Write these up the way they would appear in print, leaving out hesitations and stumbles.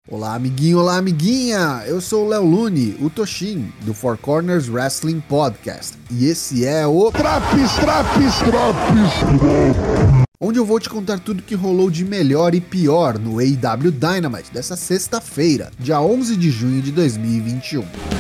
Olá, amiguinho, olá, amiguinha! Eu sou o Léo Lune, o Toshin, do Four Corners Wrestling Podcast. E esse é o Traps! onde eu vou te contar tudo que rolou de melhor e pior no AEW Dynamite dessa sexta-feira, dia 11 de junho de 2021.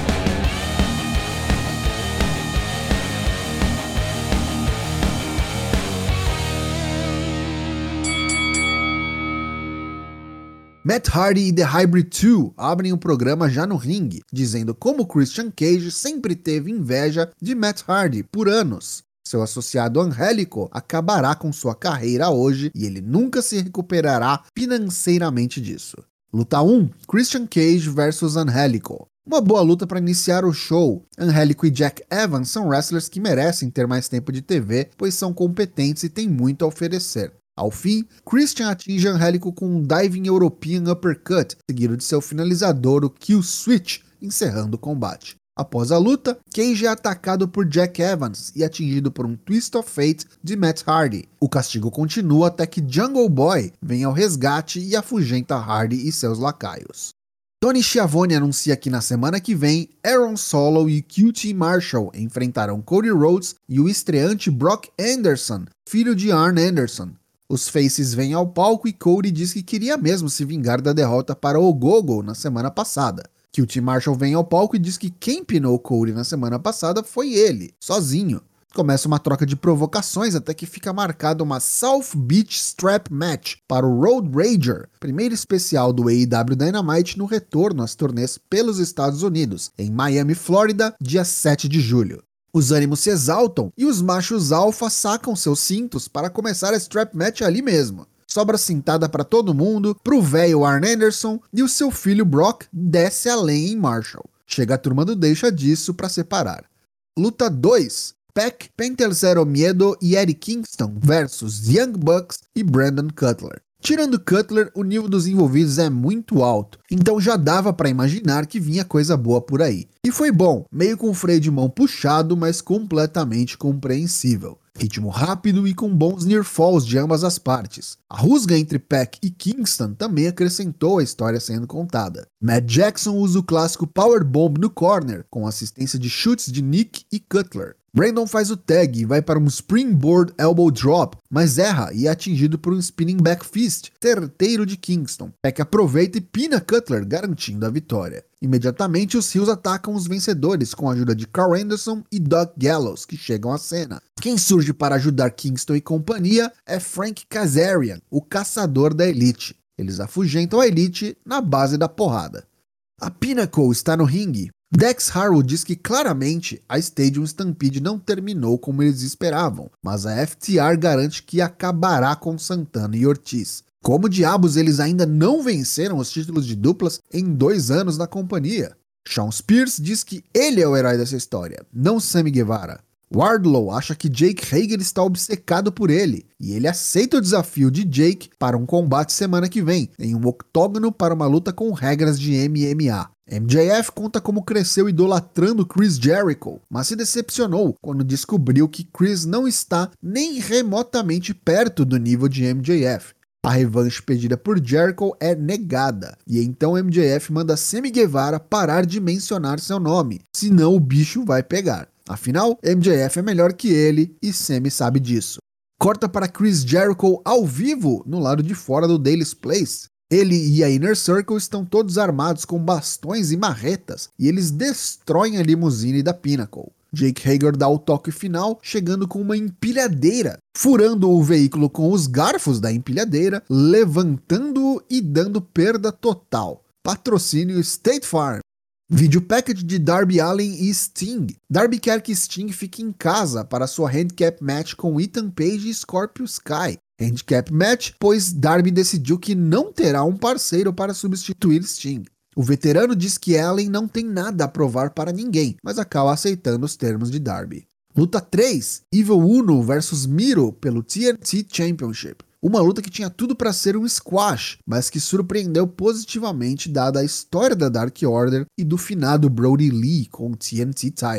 Matt Hardy e The Hybrid 2 abrem o programa já no ringue, dizendo como Christian Cage sempre teve inveja de Matt Hardy por anos. Seu associado Angélico acabará com sua carreira hoje e ele nunca se recuperará financeiramente disso. Luta 1: Christian Cage vs Angélico. Uma boa luta para iniciar o show. Angélico e Jack Evans são wrestlers que merecem ter mais tempo de TV, pois são competentes e têm muito a oferecer. Ao fim, Christian atinge Angélico com um Diving European Uppercut, seguido de seu finalizador, o Kill Switch, encerrando o combate. Após a luta, Cage é atacado por Jack Evans e atingido por um Twist of Fate de Matt Hardy. O castigo continua até que Jungle Boy vem ao resgate e afugenta Hardy e seus lacaios. Tony Schiavone anuncia que na semana que vem, Aaron Solo e QT Marshall enfrentarão Cody Rhodes e o estreante Brock Anderson, filho de Arn Anderson. Os Faces vêm ao palco e Cody diz que queria mesmo se vingar da derrota para Ogogo na semana passada. QT Marshall vem ao palco e diz que quem pinou Cody na semana passada foi ele, sozinho. Começa uma troca de provocações até que fica marcada uma South Beach Strap Match para o Road Rager, primeiro especial do AEW Dynamite no retorno às turnês pelos Estados Unidos, em Miami, Flórida, dia 7 de julho. Os ânimos se exaltam e os machos alfa sacam seus cintos para começar a strap match ali mesmo. Sobra cintada para todo mundo, pro velho Arn Anderson e o seu filho Brock desce além em Marshall. Chega a turma do deixa disso para separar. Luta 2: Pac, Panther Zero Miedo e Eddie Kingston versus Young Bucks e Brandon Cutler. Tirando Cutler, o nível dos envolvidos é muito alto, então já dava pra imaginar que vinha coisa boa por aí. E foi bom, meio com o freio de mão puxado, mas completamente compreensível. Ritmo rápido e com bons near falls de ambas as partes. A rusga entre Pac e Kingston também acrescentou a história sendo contada. Matt Jackson usa o clássico Powerbomb no corner, com assistência de chutes de Nick e Cutler. Brandon faz o tag e vai para um Springboard Elbow Drop, mas erra e é atingido por um Spinning Back Fist, certeiro de Kingston. Pac aproveita e pina Cutler, garantindo a vitória. Imediatamente os Heels atacam os vencedores com a ajuda de Carl Anderson e Doug Gallows, que chegam à cena. Quem surge para ajudar Kingston e companhia é Frank Kazarian, o caçador da Elite. Eles afugentam a Elite na base da porrada. A Pinnacle está no ringue. Dax Harwood diz que claramente a Stadium Stampede não terminou como eles esperavam, mas a FTR garante que acabará com Santana e Ortiz. Como diabos eles ainda não venceram os títulos de duplas em 2 anos na companhia? Shawn Spears diz que ele é o herói dessa história, não Sammy Guevara. Wardlow acha que Jake Hager está obcecado por ele, e ele aceita o desafio de Jake para um combate semana que vem, em um octógono para uma luta com regras de MMA. MJF conta como cresceu idolatrando Chris Jericho, mas se decepcionou quando descobriu que Chris não está nem remotamente perto do nível de MJF. A revanche pedida por Jericho é negada, e então MJF manda Sammy Guevara parar de mencionar seu nome, senão o bicho vai pegar. Afinal, MJF é melhor que ele e Sammy sabe disso. Corta para Chris Jericho ao vivo no lado de fora do Daily's Place. Ele e a Inner Circle estão todos armados com bastões e marretas e eles destroem a limusine da Pinnacle. Jake Hager dá o toque final, chegando com uma empilhadeira, furando o veículo com os garfos da empilhadeira, levantando-o e dando perda total. Patrocínio State Farm. Vídeo package de Darby Allin e Sting. Darby quer que Sting fique em casa para sua handicap match com Ethan Page e Scorpio Sky. Handicap match, pois Darby decidiu que não terá um parceiro para substituir Sting. O veterano diz que Allin não tem nada a provar para ninguém, mas acaba aceitando os termos de Darby. Luta 3: Evil Uno vs Miro pelo TNT Championship. Uma luta que tinha tudo para ser um squash, mas que surpreendeu positivamente dada a história da Dark Order e do finado Brody Lee com o TNT Title.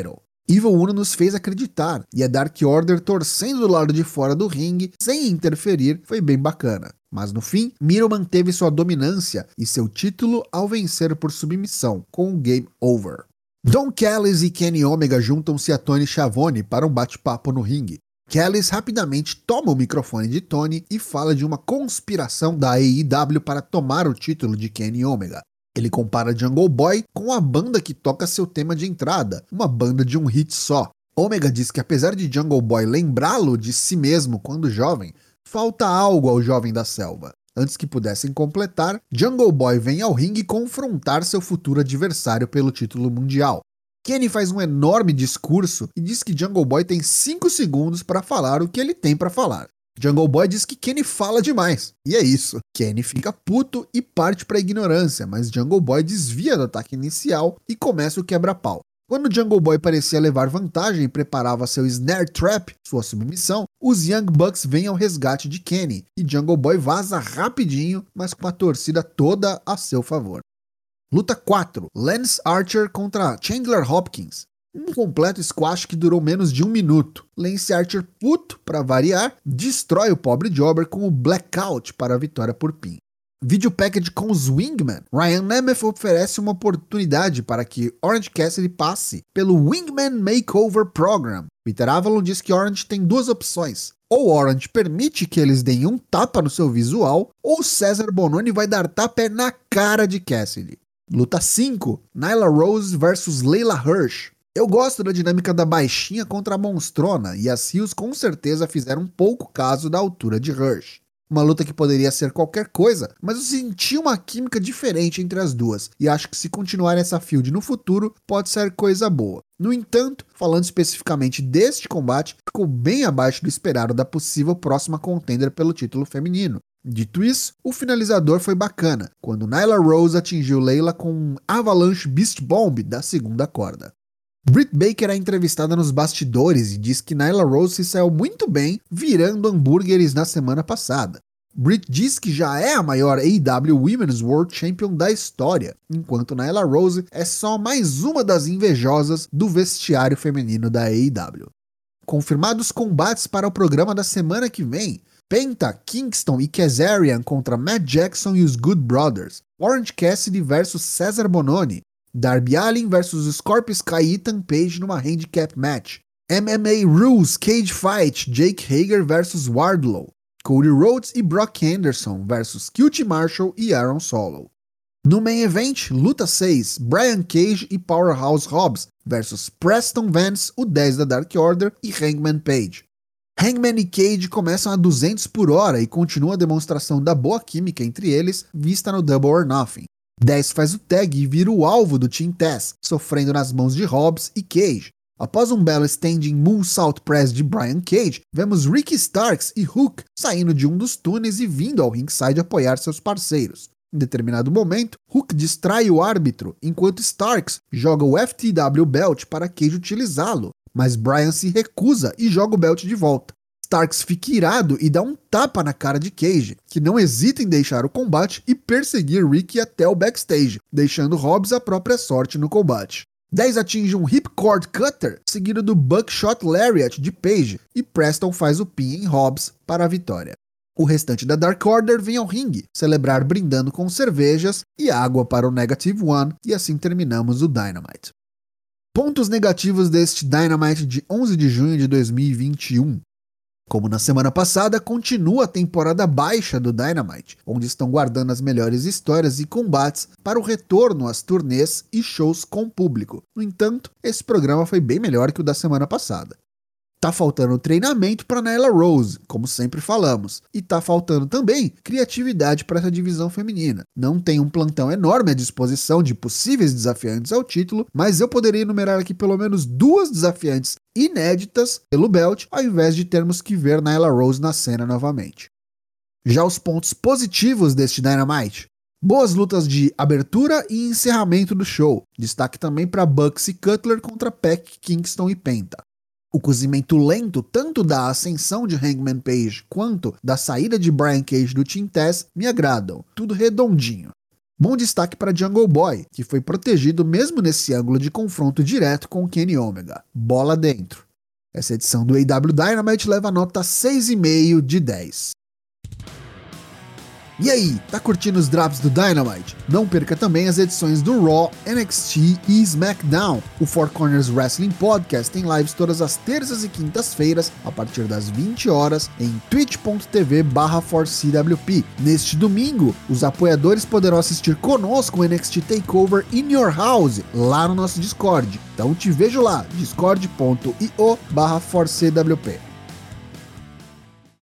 Evil Uno nos fez acreditar, e a Dark Order torcendo do lado de fora do ringue, sem interferir, foi bem bacana. Mas no fim, Miro manteve sua dominância e seu título ao vencer por submissão, com o Game Over. Don Callis e Kenny Omega juntam-se a Tony Schiavone para um bate-papo no ringue. Callis rapidamente toma o microfone de Tony e fala de uma conspiração da AEW para tomar o título de Kenny Omega. Ele compara Jungle Boy com a banda que toca seu tema de entrada, uma banda de um hit só. Omega diz que apesar de Jungle Boy lembrá-lo de si mesmo quando jovem, falta algo ao jovem da selva. Antes que pudessem completar, Jungle Boy vem ao ringue confrontar seu futuro adversário pelo título mundial. Kenny faz um enorme discurso e diz que Jungle Boy tem 5 segundos para falar o que ele tem para falar. Jungle Boy diz que Kenny fala demais, e é isso. Kenny fica puto e parte para a ignorância, mas Jungle Boy desvia do ataque inicial e começa o quebra-pau. Quando Jungle Boy parecia levar vantagem e preparava seu Snare Trap, sua submissão, os Young Bucks vêm ao resgate de Kenny, e Jungle Boy vaza rapidinho, mas com a torcida toda a seu favor. Luta 4, Lance Archer contra Chandler Hopkins. Um completo squash que durou menos de 1 minuto. Lance Archer, puto para variar, destrói o pobre Jobber com o Blackout para a vitória por pin. Vídeo package com os Wingman. Ryan Nemeth oferece uma oportunidade para que Orange Cassidy passe pelo Wingman Makeover Program. Peter Avalon diz que Orange tem 2 opções. Ou Orange permite que eles deem um tapa no seu visual, ou César Bononi vai dar tapa na cara de Cassidy. Luta 5, Nyla Rose vs Leyla Hirsch. Eu gosto da dinâmica da baixinha contra a monstrona, e as Heels com certeza fizeram pouco caso da altura de Hirsch. Uma luta que poderia ser qualquer coisa, mas eu senti uma química diferente entre as duas, e acho que se continuar essa feud no futuro, pode ser coisa boa. No entanto, falando especificamente deste combate, ficou bem abaixo do esperado da possível próxima contender pelo título feminino. Dito isso, o finalizador foi bacana, quando Nyla Rose atingiu Leyla com um Avalanche Beast Bomb da segunda corda. Britt Baker é entrevistada nos bastidores e diz que Nyla Rose se saiu muito bem virando hambúrgueres na semana passada. Britt diz que já é a maior AEW Women's World Champion da história, enquanto Nyla Rose é só mais uma das invejosas do vestiário feminino da AEW. Confirmados combates para o programa da semana que vem: Penta, Kingston e Kazarian contra Matt Jackson e os Good Brothers, Orange Cassidy vs César Bononi, Darby Allin vs Scorpio Sky e Ethan Page numa handicap match, MMA Rules Cage Fight, Jake Hager vs Wardlow, Cody Rhodes e Brock Anderson vs QT Marshall e Aaron Solo. No main event, luta 6, Brian Cage e Powerhouse Hobbs vs Preston Vance, o 10 da Dark Order, e Hangman Page. Hangman e Cage começam a 200 por hora e continua a demonstração da boa química entre eles, vista no Double or Nothing. 10 faz o tag e vira o alvo do Team Taz, sofrendo nas mãos de Hobbs e Cage. Após um belo standing moonsault press de Brian Cage, vemos Ricky Starks e Hook saindo de um dos túneis e vindo ao ringside apoiar seus parceiros. Em determinado momento, Hook distrai o árbitro, enquanto Starks joga o FTW Belt para Cage utilizá-lo, mas Brian se recusa e joga o belt de volta. Starks fica irado e dá um tapa na cara de Cage, que não hesita em deixar o combate e perseguir Ricky até o backstage, deixando Hobbs à própria sorte no combate. 10 atinge um Ripcord Cutter, seguido do Buckshot Lariat de Page, e Preston faz o pin em Hobbs para a vitória. O restante da Dark Order vem ao ringue, celebrar brindando com cervejas e água para o Negative One, e assim terminamos o Dynamite. Pontos negativos deste Dynamite de 11 de junho de 2021. Como na semana passada, continua a temporada baixa do Dynamite, onde estão guardando as melhores histórias e combates para o retorno às turnês e shows com público. No entanto, esse programa foi bem melhor que o da semana passada. Tá faltando treinamento para Nyla Rose, como sempre falamos, e tá faltando também criatividade para essa divisão feminina. Não tem um plantão enorme à disposição de possíveis desafiantes ao título, mas eu poderia enumerar aqui pelo menos 2 desafiantes inéditas pelo belt, ao invés de termos que ver Nyla Rose na cena novamente. Já os pontos positivos deste Dynamite: boas lutas de abertura e encerramento do show. Destaque também para Bucks e Cutler contra Pac, Kingston e Penta. O cozimento lento tanto da ascensão de Hangman Page quanto da saída de Brian Cage do Team Taz me agradam, tudo redondinho. Bom destaque para Jungle Boy, que foi protegido mesmo nesse ângulo de confronto direto com Kenny Omega. Bola dentro. Essa edição do AEW Dynamite leva nota 6,5 de 10. E aí, tá curtindo os drops do Dynamite? Não perca também as edições do Raw, NXT e SmackDown. O Four Corners Wrestling Podcast tem lives todas as terças e quintas-feiras, a partir das 20 horas, em twitch.tv/4CWP. Neste domingo, os apoiadores poderão assistir conosco o NXT TakeOver In Your House, lá no nosso Discord. Então te vejo lá, discord.io/4CWP.